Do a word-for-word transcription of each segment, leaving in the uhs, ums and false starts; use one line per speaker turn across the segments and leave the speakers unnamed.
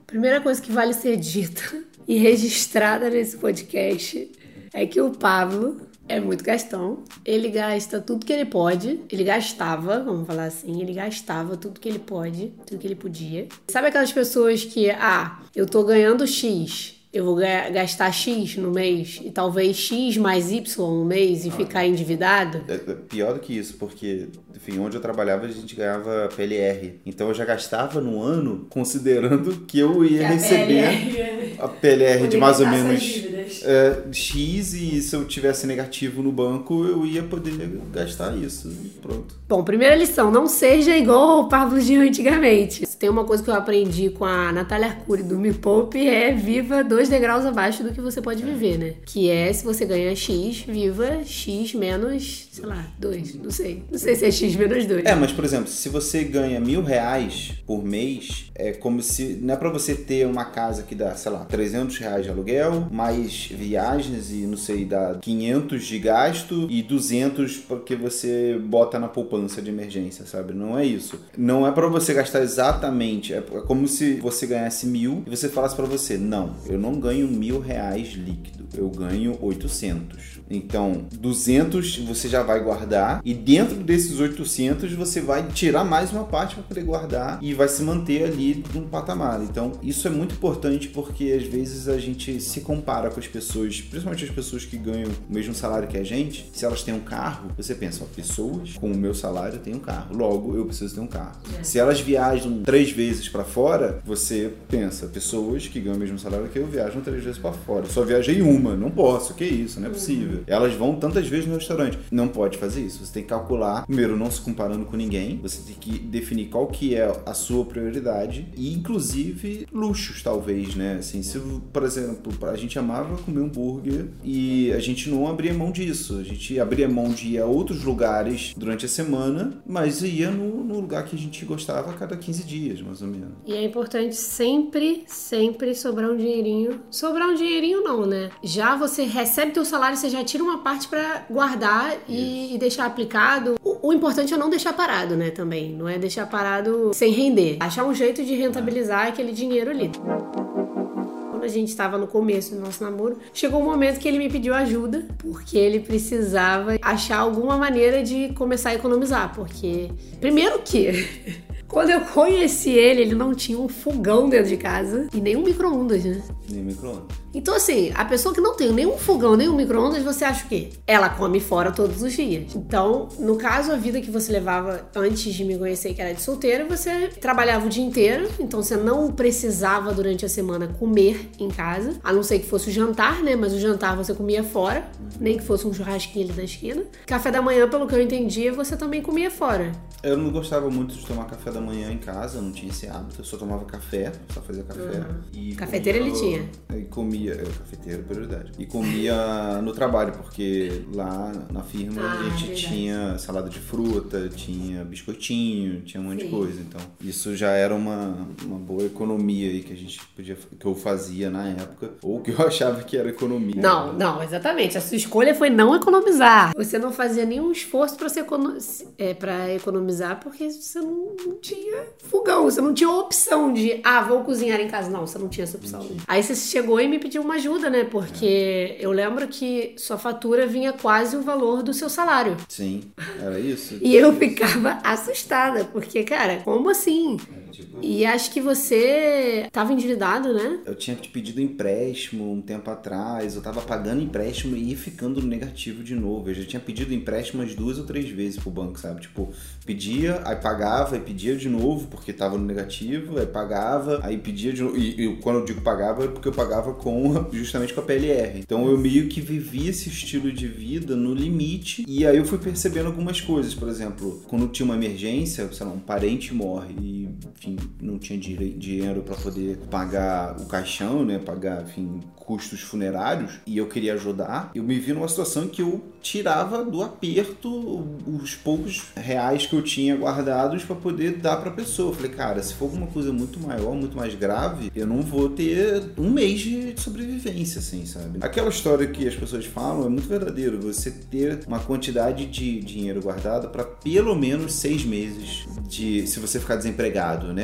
Primeira coisa que vale ser dita e registrada nesse podcast é que o Pablo é muito gastão. Ele gasta tudo que ele pode. Ele gastava, vamos falar assim, ele gastava tudo que ele pode, tudo que ele podia. Sabe aquelas pessoas que, ah, eu tô ganhando X, eu vou gastar X no mês e talvez X mais Y no mês e ah, ficar endividado?
É pior do que isso, porque, enfim, onde eu trabalhava a gente ganhava P L R. Então eu já gastava no ano considerando que eu ia que receber a P L R, a P L R de mais ou menos é, X, e se eu tivesse negativo no banco eu ia poder gastar isso e pronto.
Bom, primeira lição, não seja igual o Pablo de antigamente. Se tem uma coisa que eu aprendi com a Natália Arcuri do Me Poupe é viva dois degraus abaixo do que você pode viver, né? Que é, se você ganha X, viva X menos, sei lá, dois. Não sei. Não sei se é X menos dois.
É, mas, por exemplo, se você ganha mil reais por mês, é como se... Não é pra você ter uma casa que dá, sei lá, trezentos reais de aluguel, mais viagens e, não sei, dá quinhentos de gasto e duzentos porque você bota na poupança de emergência, sabe? Não é isso. Não é pra você gastar exatamente. É como se você ganhasse mil e você falasse pra você, não, eu não ganho mil reais líquido, eu ganho oitocentos. Então, duzentos você já vai guardar e dentro desses oitocentos você vai tirar mais uma parte para poder guardar e vai se manter ali num patamar. Então, isso é muito importante porque às vezes a gente se compara com as pessoas, principalmente as pessoas que ganham o mesmo salário que a gente. Se elas têm um carro, você pensa, ó, pessoas com o meu salário têm um carro, logo eu preciso ter um carro. É. Se elas viajam três vezes para fora, você pensa, pessoas que ganham o mesmo salário que eu viajam três vezes para fora. Eu só viajei uma, não posso, que isso, não é possível. Elas vão tantas vezes no restaurante. Não pode fazer isso. Você tem que calcular, primeiro, não se comparando com ninguém. Você tem que definir qual que é a sua prioridade e, inclusive, luxos, talvez, né? Assim, se, por exemplo, a gente amava comer hambúrguer e a gente não abria mão disso. A gente abria mão de ir a outros lugares durante a semana, mas ia no, no lugar que a gente gostava a cada quinze dias, mais ou menos.
E é importante sempre, sempre sobrar um dinheirinho. Sobrar um dinheirinho não, né? Já você recebe teu salário, você já tira uma parte pra guardar e, e deixar aplicado. O, o importante é não deixar parado, né, também. Não é deixar parado sem render. Achar um jeito de rentabilizar aquele dinheiro ali. Quando a gente estava no começo do nosso namoro, chegou um momento que ele me pediu ajuda, porque ele precisava achar alguma maneira de começar a economizar, porque... Primeiro que... Quando eu conheci ele, ele não tinha um fogão dentro de casa e nem um micro-ondas, né?
Nem micro-ondas.
Então, assim, a pessoa que não tem nem um fogão, nem um micro-ondas, você acha o quê? Ela come fora todos os dias. Então, no caso, a vida que você levava antes de me conhecer, que era de solteira, você trabalhava o dia inteiro, então você não precisava, durante a semana, comer em casa, a não ser que fosse o jantar, né? Mas o jantar você comia fora, nem que fosse um churrasquinho ali na esquina. Café da manhã, pelo que eu entendi, você também comia fora.
Eu não gostava muito de tomar café da manhã em casa, eu não tinha esse hábito, eu só tomava café, só fazia café. Uhum. E
cafeteira
comia,
ele tinha?
E comia, é, cafeteira, prioridade. E comia no trabalho, porque lá na firma ah, a gente verdade. tinha salada de fruta, tinha biscoitinho, tinha um monte Sim. de coisa. Então, isso já era uma, uma boa economia aí que a gente podia, que eu fazia na época, ou que eu achava que era economia.
Não, né? não, exatamente. A sua escolha foi não economizar. Você não fazia nenhum esforço pra, se econo... é, pra economizar, porque você não, não tinha fogão, você não tinha opção de, ah, vou cozinhar em casa. Não, você não tinha essa opção. Né? Aí você chegou e me pediu uma ajuda, né? Porque é. eu lembro que sua fatura vinha quase o valor do seu salário.
Sim, era isso.
E eu ficava assustada, porque, cara, como assim?
É, tipo...
E acho que você tava endividado, né?
Eu tinha te pedido empréstimo um tempo atrás, eu tava pagando empréstimo e ia ficando no negativo de novo. Eu já tinha pedido empréstimo umas duas ou três vezes pro banco, sabe? Tipo, pedia, aí pagava, aí pedia de novo, porque tava no negativo, aí pagava, aí pedia de novo. E, e quando eu digo pagava, é porque eu pagava com, justamente com a P L R. Então eu meio que vivia esse estilo de vida no limite, e aí eu fui percebendo algumas coisas. Por exemplo, quando tinha uma emergência, sei lá, um parente morre e, enfim, não tinha dinheiro para poder pagar o caixão, né, pagar, enfim, custos funerários, e eu queria ajudar, eu me vi numa situação em que eu tirava do aperto os poucos reais que eu tinha guardados para poder dar para a pessoa. Eu falei, cara, se for alguma coisa muito maior, muito mais grave, eu não vou ter um mês de sobrevivência, assim, sabe? Aquela história que as pessoas falam é muito verdadeiro, você ter uma quantidade de dinheiro guardado para pelo menos seis meses de, se você ficar desempregado, né?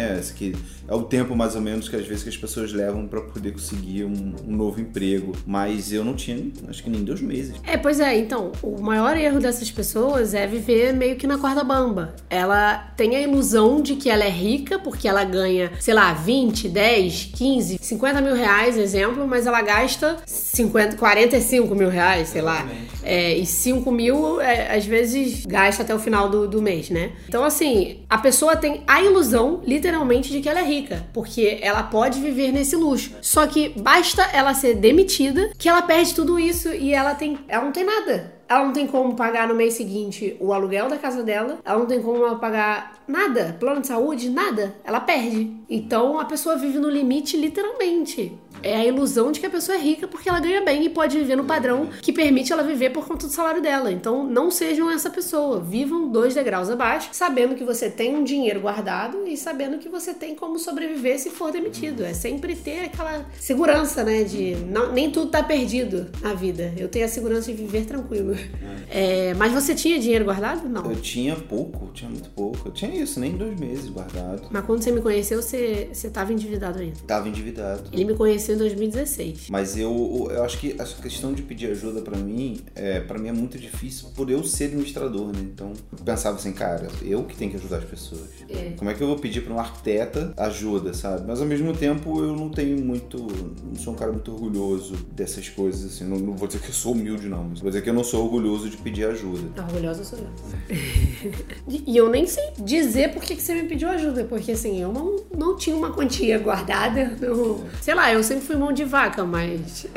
né? Que é o tempo mais ou menos que às vezes que as pessoas levam para poder conseguir um, um novo emprego. Mas eu não tinha, acho que nem dois meses.
É, pois é. Então, o maior erro dessas pessoas é viver meio que na corda bamba. Ela tem a ilusão de que ela é rica porque ela ganha, sei lá, vinte, dez, quinze, cinquenta mil reais, exemplo, mas ela gasta cinquenta, quarenta e cinco mil reais, sei lá. É, e cinco mil, é, às vezes, gasta até o final do, do mês, né? Então, assim, a pessoa tem a ilusão, literalmente, de que ela é rica, porque ela pode viver nesse luxo. Só que basta ela ser demitida que ela perde tudo isso e ela tem, ela não tem nada. Ela não tem como pagar no mês seguinte o aluguel da casa dela, ela não tem como ela pagar nada, plano de saúde, nada. Ela perde. Então a pessoa vive no limite literalmente. É a ilusão de que a pessoa é rica porque ela ganha bem e pode viver no padrão que permite ela viver por conta do salário dela. Então não sejam essa pessoa. Vivam dois degraus abaixo, sabendo que você tem um dinheiro guardado e sabendo que você tem como sobreviver se for demitido. É sempre ter aquela segurança, né? De não, nem tudo tá perdido na vida. Eu tenho a segurança de viver tranquilo. É, mas você tinha dinheiro guardado? Não.
Eu tinha pouco, tinha muito pouco. Eu tinha isso, nem dois meses guardado.
Mas quando você me conheceu, você, você tava endividado ainda.
Tava endividado.
Ele me conheceu em dois mil e dezesseis.
Mas eu, eu acho que essa questão de pedir ajuda pra mim, é, pra mim é muito difícil por eu ser administrador, né? Então, eu pensava assim, cara, eu que tenho que ajudar as pessoas.
É.
Como é que eu vou pedir pra um arquiteta ajuda, sabe? Mas ao mesmo tempo eu não tenho muito, não sou um cara muito orgulhoso dessas coisas, assim. Não, não vou dizer que eu sou humilde, não. Mas vou dizer que eu não sou orgulhoso de pedir ajuda.
Orgulhosa sou eu. E eu nem sei dizer por que, que você me pediu ajuda, porque assim, eu não, não tinha uma quantia guardada. Não, sei lá, eu sempre fui mão de vaca, mas...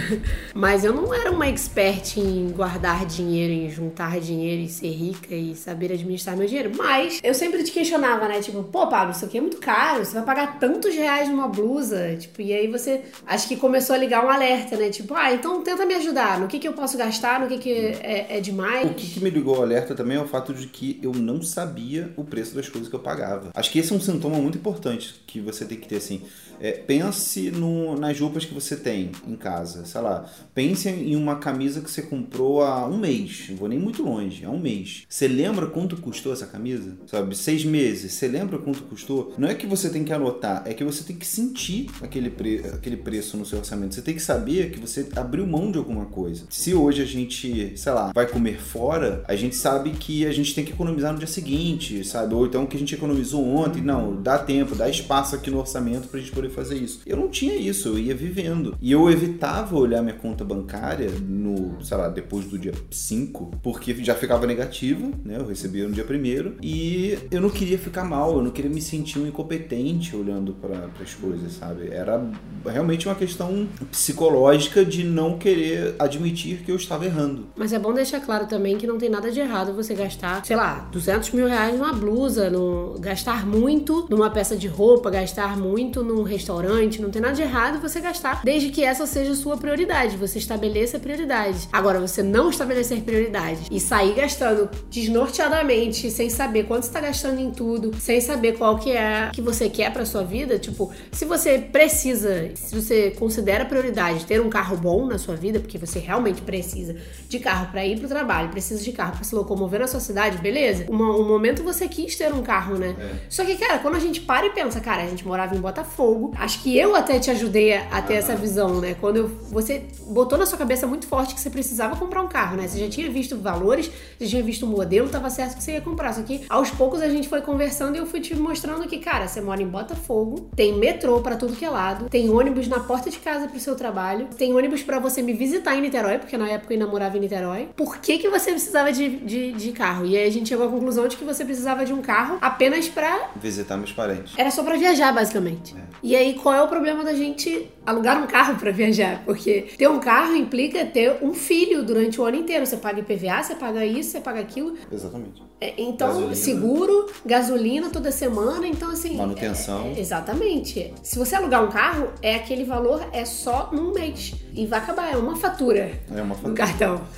mas eu não era uma expert em guardar dinheiro, em juntar dinheiro e ser rica e saber administrar meu dinheiro. Mas eu sempre te questionava, né? Tipo, pô, Pablo, isso aqui é muito caro, você vai pagar tantos reais numa blusa. Tipo, e aí você, acho que começou a ligar um alerta, né? Tipo, ah, então tenta me ajudar. No que que eu posso gastar, no que que é, é demais.
O que, que me ligou o alerta também é o fato de que eu não sabia o preço das coisas que eu pagava. Acho que esse é um sintoma muito importante que você tem que ter, assim. É, pense no, nas roupas que você tem em casa, sei lá, pense em uma camisa que você comprou há um mês, não vou nem muito longe, há um mês. Você lembra quanto custou essa camisa? Sabe, seis meses, você lembra quanto custou? Não é que você tem que anotar, é que você tem que sentir aquele, pre, aquele preço no seu orçamento. Você tem que saber que você abriu mão de alguma coisa. Se hoje a gente, sei lá, vai comer fora, a gente sabe que a gente tem que economizar no dia seguinte, sabe? Ou então que a gente economizou ontem, não, dá tempo, dá espaço aqui no orçamento pra gente poder fazer isso. Eu não tinha isso, eu ia vivendo. E eu evitava olhar minha conta bancária no, sei lá, depois do dia cinco, porque já ficava negativa, né? Eu recebia no dia primeiro e eu não queria ficar mal, eu não queria me sentir um incompetente olhando para as coisas, sabe? Era realmente uma questão psicológica de não querer admitir que eu estava errando.
Mas é bom deixar claro também que não tem nada de errado você gastar, sei lá, duzentos mil reais numa blusa, no, gastar muito numa peça de roupa, gastar muito num restaurante, não tem nada de errado você gastar, desde que essa seja a sua prioridade, você estabeleça prioridades. Agora, você não estabelecer prioridades e sair gastando desnorteadamente, sem saber quanto você tá gastando em tudo, sem saber qual que é que você quer pra sua vida, tipo, se você precisa, se você considera prioridade ter um carro bom na sua vida, porque você realmente precisa de carro pra ir pro trabalho, precisa de carro pra se locomover na sua cidade, beleza? Um, um momento você quis ter um carro, né? É. Só que, cara, quando a gente para e pensa, cara, a gente morava em Botafogo, acho que eu até te ajudei a ter ah, essa visão, né? Quando eu, você botou na sua cabeça muito forte que você precisava comprar um carro, né? Você já tinha visto valores, você tinha visto o modelo, tava certo que você ia comprar. Só que aos poucos a gente foi conversando e eu fui te mostrando que, cara, você mora em Botafogo, tem metrô pra tudo que é lado, tem ônibus na porta de casa pro seu trabalho, tem ônibus pra você me visitar em Niterói, porque na época eu ainda morava em Niterói. Por que que você precisava de, de, de carro? E aí a gente chegou à conclusão de que você precisava de um carro apenas pra...
visitar meus parentes.
Era só pra viajar, basicamente. É. E aí, qual é o problema da gente alugar um carro pra viajar? Porque ter um carro implica ter um filho durante o ano inteiro. Você paga I P V A, você paga isso, você paga aquilo.
Exatamente.
É, então, gasolina. Seguro, gasolina toda semana, então assim...
manutenção.
É, exatamente. Se você alugar um carro, é aquele valor, é só num mês. E vai acabar, é uma fatura.
É uma fatura.
No cartão.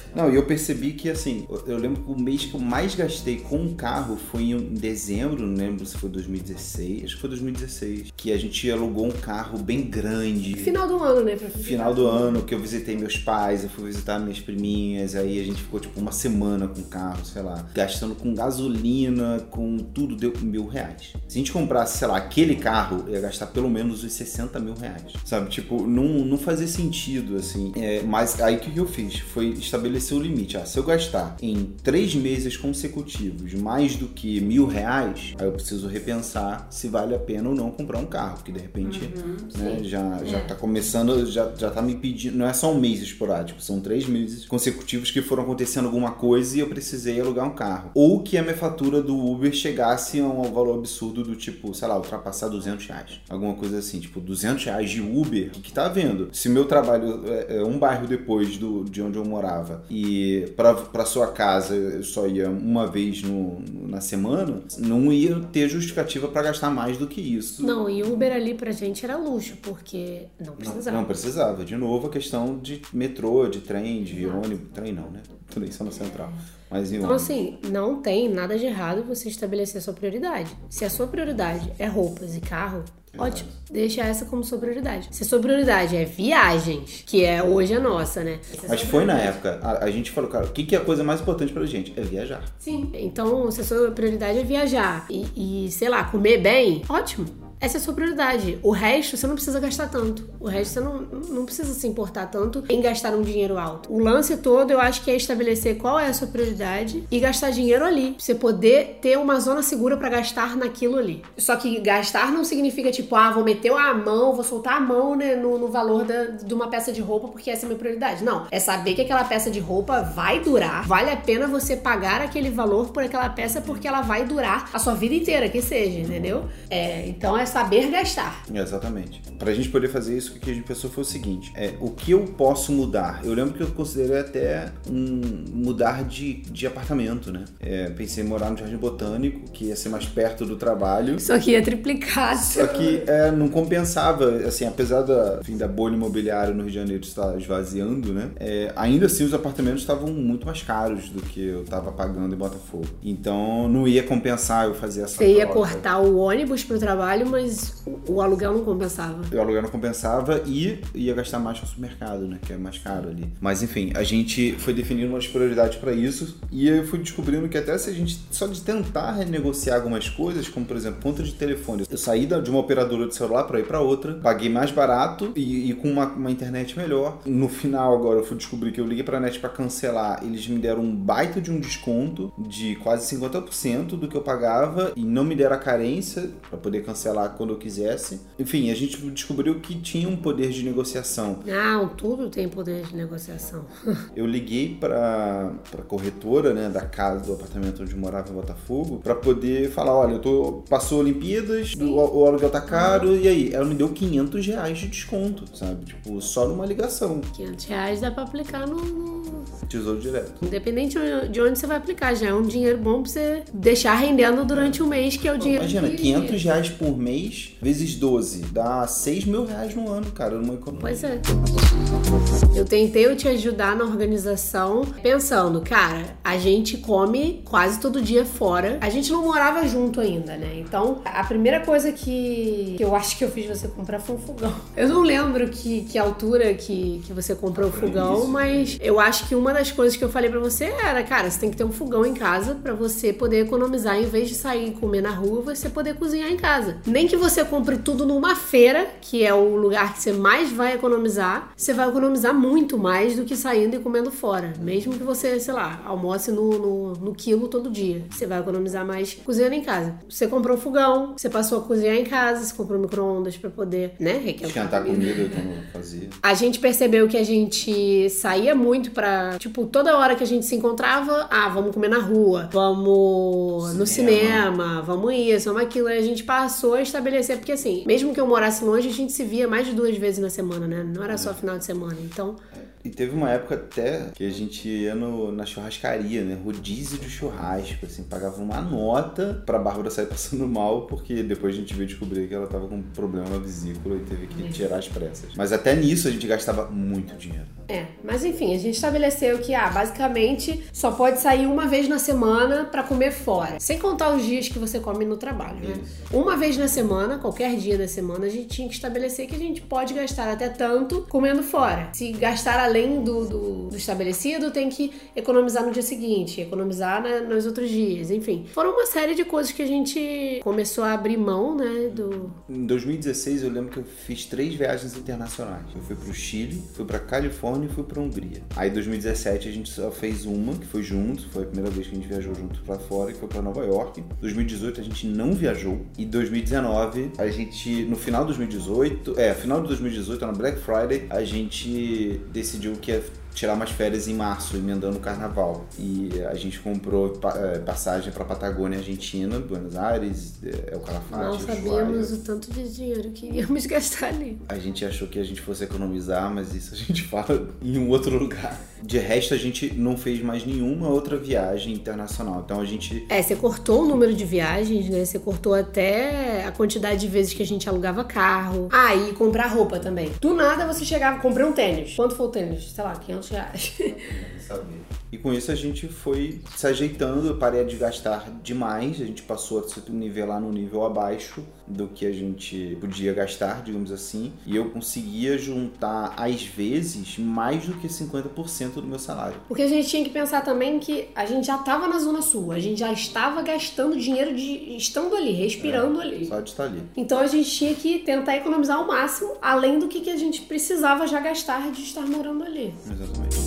Não, e eu percebi que, assim, eu lembro que o mês que eu mais gastei com um carro foi em dezembro, não lembro se foi dois mil e dezesseis, acho que foi dois mil e dezesseis, que a gente alugou um carro bem grande.
Final do ano, né? Pra
Final do ano, que eu visitei meus pais, eu fui visitar minhas priminhas, aí a gente ficou, tipo, uma semana com o carro, sei lá, gastando com gasolina, com tudo, deu mil reais. Se a gente comprasse, sei lá, aquele carro, ia gastar pelo menos uns sessenta mil reais, sabe? Tipo, não, não fazia sentido, assim. É, mas aí o que eu fiz? Foi estabelecer o limite. Ah, se eu gastar em três meses consecutivos mais do que mil reais, aí eu preciso repensar se vale a pena ou não comprar um carro, porque de repente
uhum,
né, já,
é.
já tá começando, já, já tá me pedindo, não é só um mês esporádico, são três meses consecutivos que foram acontecendo alguma coisa e eu precisei alugar um carro. Ou que a minha fatura do Uber chegasse a um valor absurdo do tipo, sei lá, ultrapassar duzentos reais. Alguma coisa assim, tipo, duzentos reais de Uber, o que, que tá vendo? Se meu trabalho é, é um bairro depois do, de onde eu morava e pra, pra sua casa eu só ia uma vez no, na semana, não ia ter justificativa pra gastar mais do que isso.
Não, e Uber ali pra gente era luxo, porque não precisava.
Não, não precisava. De novo, a questão de metrô, de trem, de Exato. ônibus. Trem não, né? Também só no central. Mas em
então,
ônibus.
assim, não tem nada de errado você estabelecer a sua prioridade. Se a sua prioridade é roupas e carro, Exato. Ótimo, deixa essa como sua prioridade. Se a sua prioridade é viagens, que é hoje a nossa, né?
Mas foi na época, a, a gente falou, cara, o que, que é a coisa mais importante pra gente? É viajar.
Sim, então se a sua prioridade é viajar e, e sei lá, comer bem, ótimo. Essa é a sua prioridade. O resto, você não precisa gastar tanto. O resto, você não, não precisa se importar tanto em gastar um dinheiro alto. O lance todo, eu acho que é estabelecer qual é a sua prioridade e gastar dinheiro ali. Pra você poder ter uma zona segura pra gastar naquilo ali. Só que gastar não significa tipo, ah, vou meter a mão, vou soltar a mão, né, no, no valor da, de uma peça de roupa porque essa é a minha prioridade. Não. É saber que aquela peça de roupa vai durar. Vale a pena você pagar aquele valor por aquela peça porque ela vai durar a sua vida inteira, que seja, entendeu? É, então é saber gastar.
Exatamente. Pra gente poder fazer isso, o que a gente pensou foi o seguinte, é, o que eu posso mudar? Eu lembro que eu considerei até um mudar de, de apartamento, né? É, pensei em morar no Jardim Botânico, que ia ser mais perto do trabalho.
Só que ia triplicar.
Só que é, não compensava, assim, apesar da, enfim, da bolha imobiliária no Rio de Janeiro estar esvaziando, né? É, ainda assim os apartamentos estavam muito mais caros do que eu estava pagando em Botafogo. Então não ia compensar eu fazer essa
Você ia
troca.
cortar o ônibus pro trabalho, mas o aluguel não compensava.
O aluguel não compensava e ia gastar mais com o supermercado, né? Que é mais caro ali. Mas enfim, a gente foi definindo umas prioridades para isso e eu fui descobrindo que até se a gente só de tentar renegociar algumas coisas, como por exemplo, conta de telefone. Eu saí de uma operadora de celular para ir para outra, paguei mais barato e, e com uma, uma internet melhor. No final agora eu fui descobrir que eu liguei pra net para cancelar, eles me deram um baita de um desconto de quase cinquenta por cento do que eu pagava e não me deram a carência para poder cancelar quando eu quisesse. Enfim, a gente descobriu que tinha um poder de negociação.
Não, tudo tem poder de negociação.
Eu liguei para a corretora, né, da casa, do apartamento onde eu morava em Botafogo, para poder falar, olha, eu tô, passou Olimpíadas, o, o aluguel tá caro, e aí? Ela me deu quinhentos reais de desconto, sabe? Tipo, só numa ligação.
quinhentos reais dá para aplicar no, no...
Tesouro Direto.
Independente de onde você vai aplicar, já é um dinheiro bom pra você deixar rendendo durante o mês, que é o dinheiro.
Imagina,
que...
quinhentos reais por mês, vezes doze, dá seis mil reais no ano, cara, numa economia.
Pois é. Eu tentei eu te ajudar na organização, pensando, cara, a gente come quase todo dia fora. A gente não morava junto ainda, né? Então, a primeira coisa que, que eu acho que eu fiz você comprar foi um fogão. Eu não lembro que, que altura que, que você comprou o fogão, mas eu acho que uma das coisas que eu falei pra você era, cara, você tem que ter um fogão em casa pra você poder economizar. Em vez de sair e comer na rua, você poder cozinhar em casa. Nem que você compre tudo numa feira, que é o lugar que você mais vai economizar, você vai economizar muito mais do que saindo e comendo fora. Mesmo que você, sei lá, almoce no, no, no quilo todo dia. Você vai economizar mais cozinhando em casa. Você comprou um fogão, você passou a cozinhar em casa, você comprou micro-ondas pra poder, né, requentar
esquentar comida, eu não fazia.
A gente percebeu que a gente saía muito pra, tipo, toda hora que a gente se encontrava, ah, vamos comer na rua, vamos cinema. no cinema, vamos isso, vamos aquilo. Aí a gente passou a estabelecer, porque assim, mesmo que eu morasse longe, a gente se via mais de duas vezes na semana, né? Não era só final de semana, então...
E teve uma época até que a gente ia no, na churrascaria, né? Rodízio de churrasco, assim, pagava uma nota pra Bárbara sair passando mal, porque depois a gente veio descobrir que ela tava com um problema na vesícula e teve que tirar as pressas. Mas até nisso a gente gastava muito dinheiro.
É, mas enfim, a gente estabeleceu que, ah, basicamente, só pode sair uma vez na semana pra comer fora. Sem contar os dias que você come no trabalho, né? Isso. Uma vez na semana, qualquer dia da semana, a gente tinha que estabelecer que a gente pode gastar até tanto comendo fora. Se gastar além do, do, do estabelecido, tem que economizar no dia seguinte, economizar na, nos outros dias, enfim. Foram uma série de coisas que a gente começou a abrir mão, né, do...
Em dois mil e dezesseis, eu lembro que eu fiz três viagens internacionais. Eu fui pro Chile, fui pra Califórnia e fui pra Hungria. Aí em dois mil e dezessete a gente só fez uma, que foi junto, foi a primeira vez que a gente viajou junto pra fora, que foi pra Nova York. Em dois mil e dezoito a gente não viajou. E em dois mil e dezenove, a gente, no final de dois mil e dezoito, é, final de dois mil e dezoito, na Black Friday, a gente decidiu que ia tirar umas férias em março, emendando o carnaval. E a gente comprou passagem pra Patagônia, Argentina, Buenos Aires, El Calafate.
Não sabíamos o tanto de dinheiro que íamos gastar ali.
A gente achou que a gente fosse economizar, mas isso a gente fala em um outro lugar. De resto, a gente não fez mais nenhuma outra viagem internacional. Então a gente...
É, você cortou o número de viagens, né? Você cortou até a quantidade de vezes que a gente alugava carro. Ah, e comprar roupa também. Do nada você chegava, comprei um tênis. Quanto foi o tênis? Sei lá, quinhentos reais.
Não sabia. E com isso a gente foi se ajeitando, eu parei de gastar demais, a gente passou a se nivelar no nível abaixo do que a gente podia gastar, digamos assim, e eu conseguia juntar, às vezes, mais do que cinquenta por cento do meu salário.
Porque a gente tinha que pensar também que a gente já estava na Zona Sul, a gente já estava gastando dinheiro de estando ali, respirando é, ali.
Só de estar ali.
Então a gente tinha que tentar economizar ao máximo, além do que, que a gente precisava já gastar de estar morando ali.
Exatamente.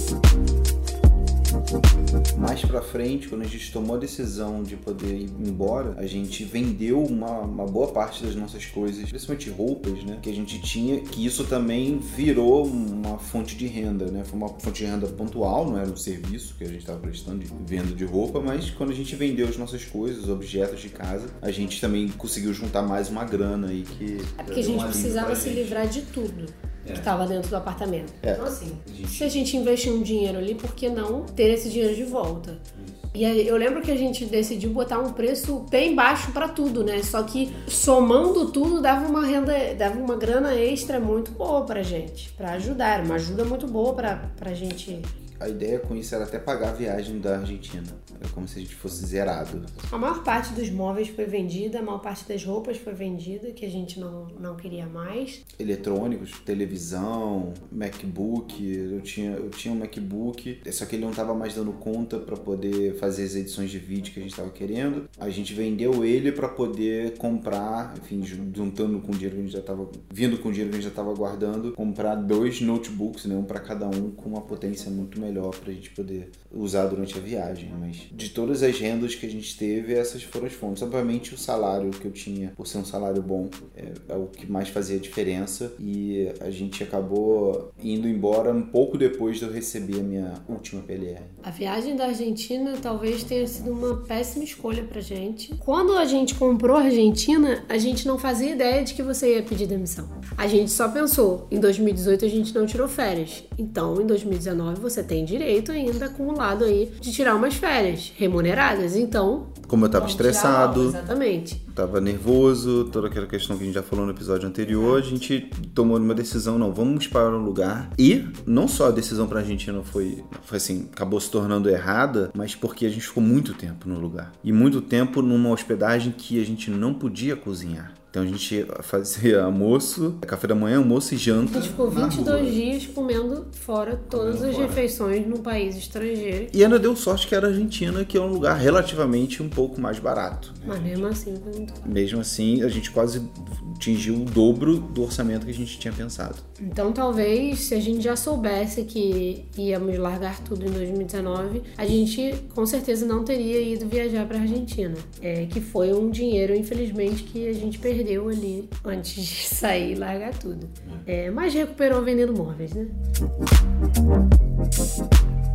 Mais pra frente, quando a gente tomou a decisão de poder ir embora, a gente vendeu uma, uma boa parte das nossas coisas, principalmente roupas, né? Que a gente tinha, que isso também virou uma fonte de renda, né? Foi uma fonte de renda pontual, não era um serviço que a gente estava prestando de venda de roupa, mas quando a gente vendeu as nossas coisas, os objetos de casa, a gente também conseguiu juntar mais uma grana aí que...
É porque a gente precisava se livrar de tudo. É. Que estava dentro do apartamento. É. Então, assim, gente... se a gente investir um dinheiro ali, por que não ter esse dinheiro de volta? Isso. E aí, eu lembro que a gente decidiu botar um preço bem baixo para tudo, né? Só que somando tudo dava uma renda, dava uma grana extra muito boa pra gente, pra ajudar, era uma ajuda muito boa pra, pra gente.
A ideia com isso era até pagar a viagem da Argentina. Era como se a gente fosse zerado.
A maior parte dos móveis foi vendida, a maior parte das roupas foi vendida, que a gente não, não queria mais.
Eletrônicos, televisão, MacBook. Eu tinha, eu tinha um MacBook, só que ele não estava mais dando conta para poder fazer as edições de vídeo que a gente estava querendo. A gente vendeu ele para poder comprar, enfim, juntando com o dinheiro que a gente já estava... Vindo com o dinheiro que a gente já estava guardando, comprar dois notebooks, né, um para cada um, com uma potência muito melhor. melhor pra gente poder usar durante a viagem, mas de todas as rendas que a gente teve, essas foram as fontes. Obviamente o salário que eu tinha, por ser um salário bom, é, é o que mais fazia diferença, e a gente acabou indo embora um pouco depois de eu receber a minha última P L R.
A viagem da Argentina talvez tenha sido uma péssima escolha pra gente. Quando a gente comprou a Argentina, a gente não fazia ideia de que você ia pedir demissão. A gente só pensou, em dois mil e dezoito a gente não tirou férias, então em dois mil e dezenove você tem direito ainda acumulado aí de tirar umas férias remuneradas, então...
Como eu tava estressado,
exatamente.
Tava nervoso, toda aquela questão que a gente já falou no episódio anterior, a gente tomou uma decisão, não, vamos para um lugar. E não só a decisão pra Argentina foi, foi assim, acabou se tornando errada, mas porque a gente ficou muito tempo no lugar. E muito tempo numa hospedagem que a gente não podia cozinhar. Então a gente fazia almoço, café da manhã, almoço e janta.
A gente ficou vinte e dois dias comendo fora todas comendo as fora. refeições num país estrangeiro.
E ainda deu sorte que era a Argentina, que é um lugar relativamente um pouco mais barato.
Mas mesmo assim foi muito caro.
Mesmo assim, a gente quase atingiu o dobro do orçamento que a gente tinha pensado.
Então talvez, se a gente já soubesse que íamos largar tudo em dois mil e dezenove, a gente com certeza não teria ido viajar para a Argentina. É, que foi um dinheiro, infelizmente, que a gente perdeu. Perdeu ali antes de sair e largar tudo. É, mas recuperou vendendo móveis, né?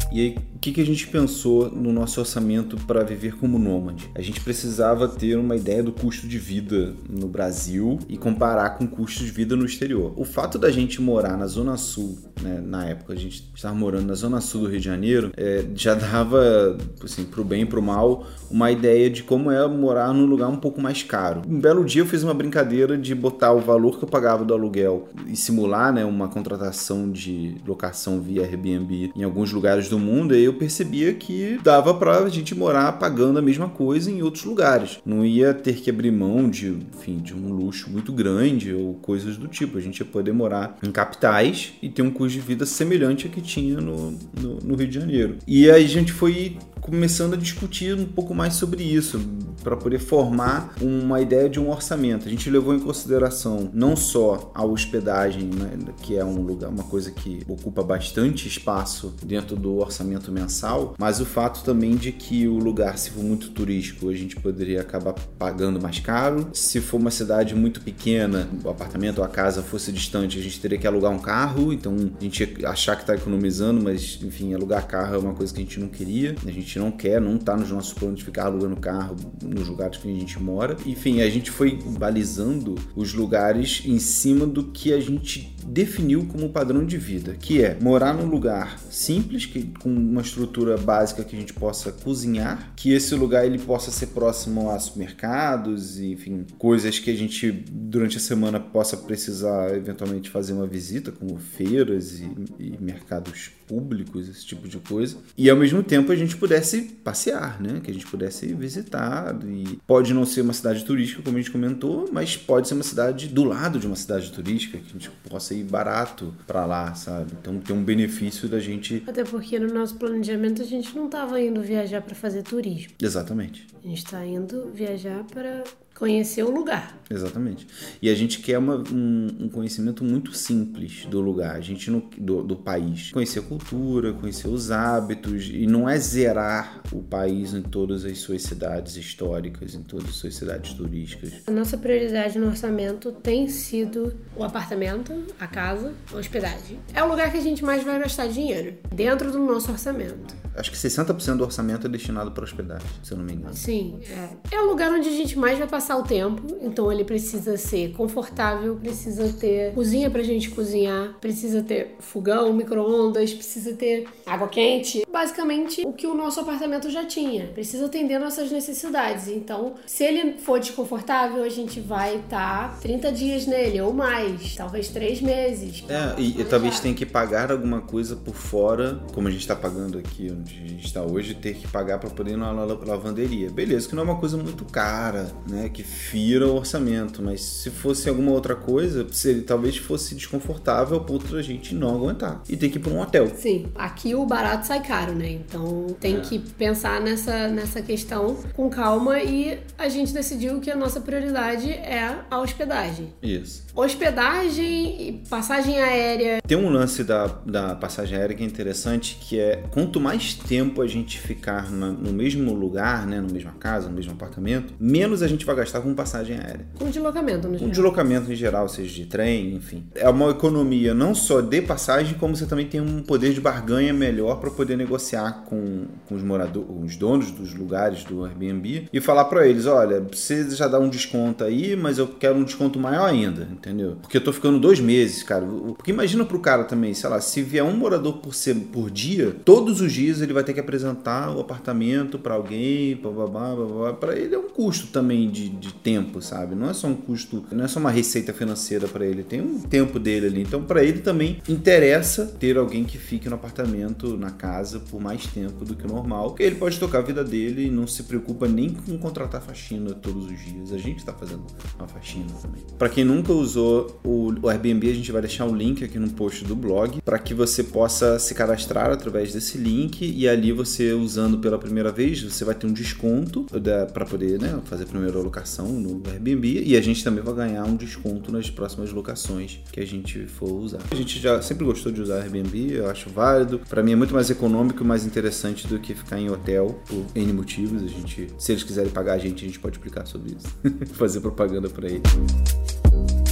E aí, o que, que a gente pensou no nosso orçamento para viver como nômade? A gente precisava ter uma ideia do custo de vida no Brasil e comparar com o custo de vida no exterior. O fato da gente morar na Zona Sul, né, na época a gente estava morando na Zona Sul do Rio de Janeiro, é, já dava, assim, pro bem e pro mal, uma ideia de como é morar num lugar um pouco mais caro. Um belo dia eu fiz uma brincadeira de botar o valor que eu pagava do aluguel e simular, né, uma contratação de locação via Airbnb em alguns lugares do mundo, e eu percebia que dava pra gente morar pagando a mesma coisa em outros lugares. Não ia ter que abrir mão de, enfim, de um luxo muito grande ou coisas do tipo. A gente ia poder morar em capitais e ter um custo de vida semelhante a que tinha no, no, no Rio de Janeiro. E aí a gente foi começando a discutir um pouco mais sobre isso, para poder formar uma ideia de um orçamento. A gente levou em consideração não só a hospedagem, né, que é um lugar, uma coisa que ocupa bastante espaço dentro do orçamento mensal, mas o fato também de que o lugar, se for muito turístico, a gente poderia acabar pagando mais caro. Se for uma cidade muito pequena, o apartamento ou a casa fosse distante, a gente teria que alugar um carro, então a gente ia achar que está economizando, mas enfim, alugar carro é uma coisa que a gente não queria, a gente não quer, não está nos nossos planos de ficar alugando carro nos lugares que a gente mora. Enfim, a gente foi balizando os lugares em cima do que a gente definiu como padrão de vida, que é morar num lugar simples, que, com uma estrutura básica que a gente possa cozinhar, que esse lugar ele possa ser próximo a supermercados, e, enfim, coisas que a gente durante a semana possa precisar eventualmente fazer uma visita, como feiras e, e mercados públicos, esse tipo de coisa, e ao mesmo tempo a gente pudesse passear, né? Que a gente pudesse visitar, e pode não ser uma cidade turística, como a gente comentou, mas pode ser uma cidade do lado de uma cidade turística, que a gente possa ir barato pra lá, sabe? Então tem um benefício da gente...
Até porque no nosso planejamento a gente não estava indo viajar para fazer turismo.
Exatamente.
A gente está indo viajar para conhecer o lugar.
Exatamente. E a gente quer uma, um, um conhecimento muito simples do lugar, a gente não, do, do país. Conhecer a cultura, conhecer os hábitos, e não é zerar o país em todas as suas cidades históricas, em todas as suas cidades turísticas.
A nossa prioridade no orçamento tem sido o apartamento, a casa, a hospedagem. É o lugar que a gente mais vai gastar dinheiro, dentro do nosso orçamento.
Acho que sessenta por cento do orçamento é destinado para hospedagem, se eu não me engano.
Sim, é. É o lugar onde a gente mais vai passar o tempo, então ele precisa ser confortável, precisa ter cozinha pra gente cozinhar, precisa ter fogão, micro-ondas, precisa ter água quente. Basicamente, o que o nosso apartamento já tinha. Precisa atender nossas necessidades. Então, se ele for desconfortável, a gente vai estar trinta dias nele, ou mais, talvez três meses.
É, e, e talvez tenha que pagar alguma coisa por fora, como a gente está pagando aqui onde a gente está hoje, ter que pagar para poder ir na lavanderia. Beleza, que não é uma coisa muito cara, né, que fira o orçamento, mas se fosse alguma outra coisa, seria, talvez fosse desconfortável para outra gente não aguentar e ter que ir para um hotel.
Sim, aqui o barato sai caro, né? Então tem é. que pensar nessa, nessa questão com calma, e a gente decidiu que a nossa prioridade é a hospedagem.
Isso.
Hospedagem e passagem aérea.
Tem um lance da, da passagem aérea que é interessante, que é quanto mais tempo a gente ficar na, no mesmo lugar, né, na mesma casa, no mesmo apartamento, menos a gente vai gastar com passagem aérea.
Com deslocamento, no geral.
Com deslocamento em geral, seja de trem, enfim. É uma economia não só de passagem, como você também tem um poder de barganha melhor para poder negociar com, com os moradores, os donos dos lugares do Airbnb, e falar para eles, olha, você já dá um desconto aí, mas eu quero um desconto maior ainda, entendeu? Porque eu tô ficando dois meses, cara. Porque imagina pro cara também, sei lá, se vier um morador por, ser, por dia, todos os dias ele vai ter que apresentar o apartamento para alguém, bababá, bababá. Para ele é um custo também de, de tempo, sabe? Não é só um custo, não é só uma receita financeira para ele, tem um tempo dele ali. Então, para ele também interessa ter alguém que fique no apartamento, na casa, por mais tempo do que o normal, porque ele pode tocar a vida dele e não se preocupa nem com contratar faxina todos os dias. A gente tá fazendo uma faxina também. Para quem nunca usou o, o Airbnb, a gente vai deixar o link aqui no post do blog para que você possa se cadastrar através desse link, e ali você, usando pela primeira vez, você vai ter um desconto para poder, né, fazer a primeira locação no Airbnb, e a gente também vai ganhar um desconto nas próximas locações que a gente for usar. A gente já sempre gostou de usar Airbnb, eu acho válido. Para mim é muito mais econômico e mais interessante do que ficar em hotel por N motivos. A gente, se eles quiserem pagar a gente, a gente pode explicar sobre isso. Fazer propaganda para eles.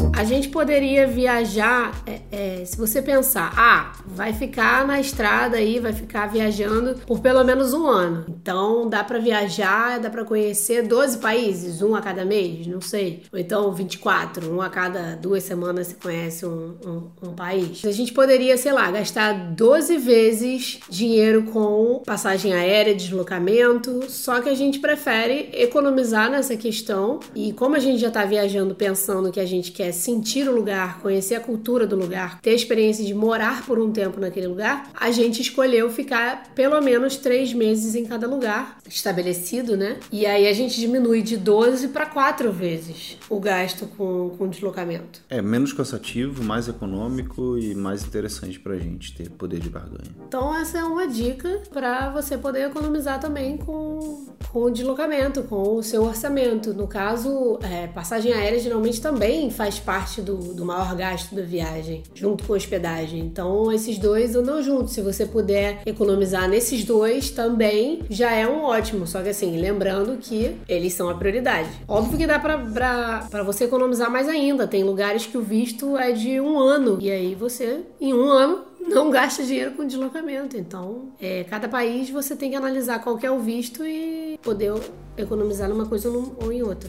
A gente poderia viajar, é, é, se você pensar, ah, vai ficar na estrada aí, vai ficar viajando por pelo menos um ano. Então dá pra viajar, dá pra conhecer doze países, um a cada mês, não sei. Ou então vinte e quatro, um a cada duas semanas você conhece um, um, um país. A gente poderia, sei lá, gastar doze vezes dinheiro com passagem aérea, deslocamento, só que a gente prefere economizar nessa questão. E como a gente já tá viajando pensando que a gente quer sentir o lugar, conhecer a cultura do lugar, ter a experiência de morar por um tempo naquele lugar, a gente escolheu ficar pelo menos três meses em cada lugar estabelecido, né? E aí a gente diminui de doze para quatro vezes o gasto com, com deslocamento.
É menos cansativo, mais econômico e mais interessante pra gente ter poder de barganha.
Então essa é uma dica para você poder economizar também com, com o deslocamento, com o seu orçamento. No caso, é, passagem aérea geralmente também faz parte do, do maior gasto da viagem, junto com hospedagem. Então esses dois andam juntos. Se você puder economizar nesses dois também, já é um ótimo. Só que assim, lembrando que eles são a prioridade. Óbvio que dá pra, pra, pra você economizar mais ainda. Tem lugares que o visto é de um ano. E aí você, em um ano, não gasta dinheiro com deslocamento. Então, é, cada país você tem que analisar qual que é o visto e poder economizar numa coisa ou em outra.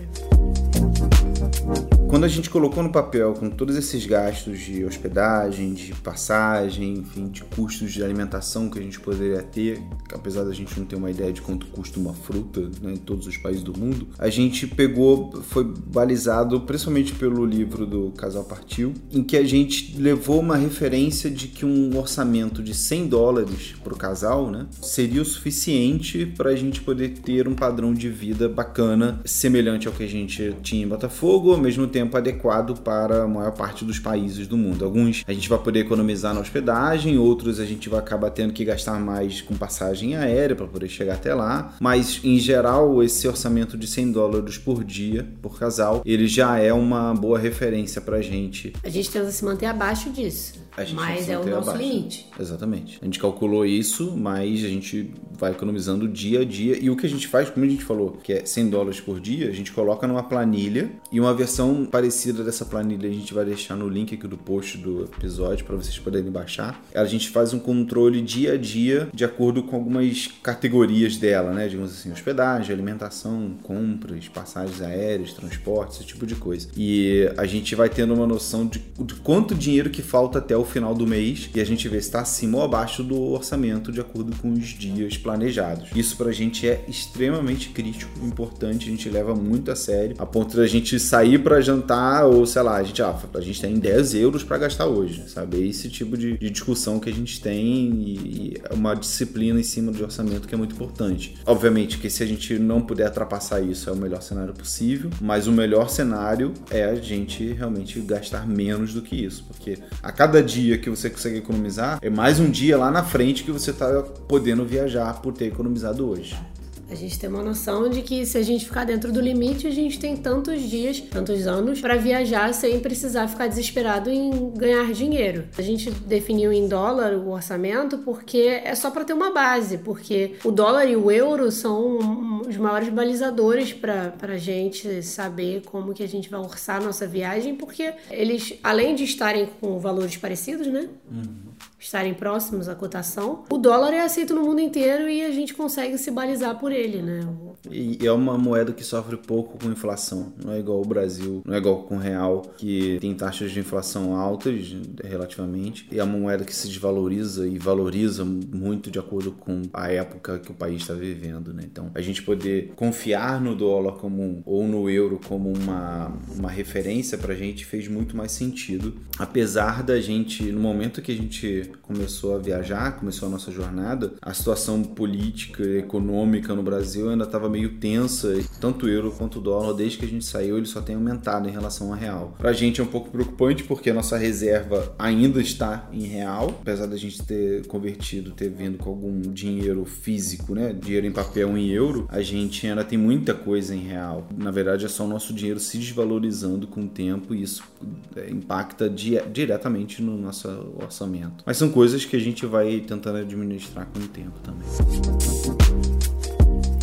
Quando a gente colocou no papel com todos esses gastos de hospedagem, de passagem, enfim, de custos de alimentação que a gente poderia ter, apesar da gente não ter uma ideia de quanto custa uma fruta, né, em todos os países do mundo, a gente pegou, foi balizado principalmente pelo livro do Casal Partiu, em que a gente levou uma referência de que um orçamento de cem dólares para o casal, né, seria o suficiente para a gente poder ter um padrão de vida bacana, semelhante ao que a gente tinha em Botafogo, ao mesmo tempo adequado para a maior parte dos países do mundo. Alguns a gente vai poder economizar na hospedagem, outros a gente vai acabar tendo que gastar mais com passagem aérea para poder chegar até lá, mas em geral esse orçamento de cem dólares por dia, por casal, ele já é uma boa referência pra gente.
A gente tenta se manter abaixo disso, mas é o nosso
abaixo.
limite.
Exatamente. A gente calculou isso, mas a gente vai economizando dia a dia, e o que a gente faz, como a gente falou, que é cem dólares por dia, a gente coloca numa planilha, e uma versão parecida dessa planilha a gente vai deixar no link aqui do post do episódio para vocês poderem baixar. A gente faz um controle dia a dia de acordo com algumas categorias dela, né? Digamos assim, hospedagem, alimentação, compras, passagens aéreas, transporte, esse tipo de coisa. E a gente vai tendo uma noção de, de quanto dinheiro que falta até o final do mês, e a gente vê se está acima ou abaixo do orçamento de acordo com os dias planejados. Isso pra gente é extremamente crítico, importante, a gente leva muito a sério, a ponto da gente sair pra jantar, ou sei lá, a gente, ah, a gente tem dez euros pra gastar hoje, sabe? É esse tipo de, de discussão que a gente tem, e é uma disciplina em cima do orçamento que é muito importante. Obviamente que se a gente não puder ultrapassar isso, é o melhor cenário possível, mas o melhor cenário é a gente realmente gastar menos do que isso, porque a cada dia que você consegue economizar, é mais um dia lá na frente que você tá podendo viajar por ter economizado hoje.
A gente tem uma noção de que se a gente ficar dentro do limite, a gente tem tantos dias, tantos anos para viajar sem precisar ficar desesperado em ganhar dinheiro. A gente definiu em dólar o orçamento porque é só para ter uma base, porque o dólar e o euro são os maiores balizadores para a gente saber como que a gente vai orçar a nossa viagem, porque eles, além de estarem com valores parecidos, né? Uhum. Estarem próximos à cotação, o dólar é aceito no mundo inteiro e a gente consegue se balizar por ele, né?
E é uma moeda que sofre pouco com inflação, não é igual o Brasil, não é igual com o real, que tem taxas de inflação altas relativamente, e é uma moeda que se desvaloriza e valoriza muito de acordo com a época que o país está vivendo, né? Então, a gente poder confiar no dólar como, ou no euro como uma, uma referência pra gente fez muito mais sentido, apesar da gente, no momento que a gente começou a viajar, começou a nossa jornada, a situação política e econômica no Brasil ainda estava meio tensa, tanto o euro quanto o dólar, desde que a gente saiu, ele só tem aumentado em relação ao real. Pra gente é um pouco preocupante porque a nossa reserva ainda está em real, apesar da gente ter convertido, ter vindo com algum dinheiro físico, né, dinheiro em papel em euro, a gente ainda tem muita coisa em real. Na verdade é só o nosso dinheiro se desvalorizando com o tempo, e isso impacta di- diretamente no nosso orçamento. Mas são coisas que a gente vai tentando administrar com o tempo também.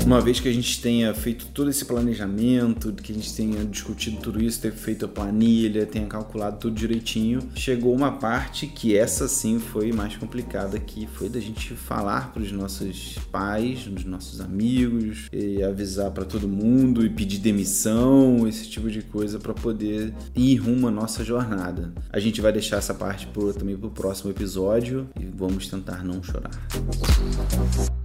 Uma vez que a gente tenha feito todo esse planejamento, que a gente tenha discutido tudo isso, ter feito a planilha, tenha calculado tudo direitinho, chegou uma parte que essa sim foi mais complicada, que foi da gente falar para os nossos pais, dos nossos amigos, e avisar para todo mundo e pedir demissão, esse tipo de coisa para poder ir rumo à nossa jornada. A gente vai deixar essa parte pro, também para o próximo episódio e vamos tentar não chorar.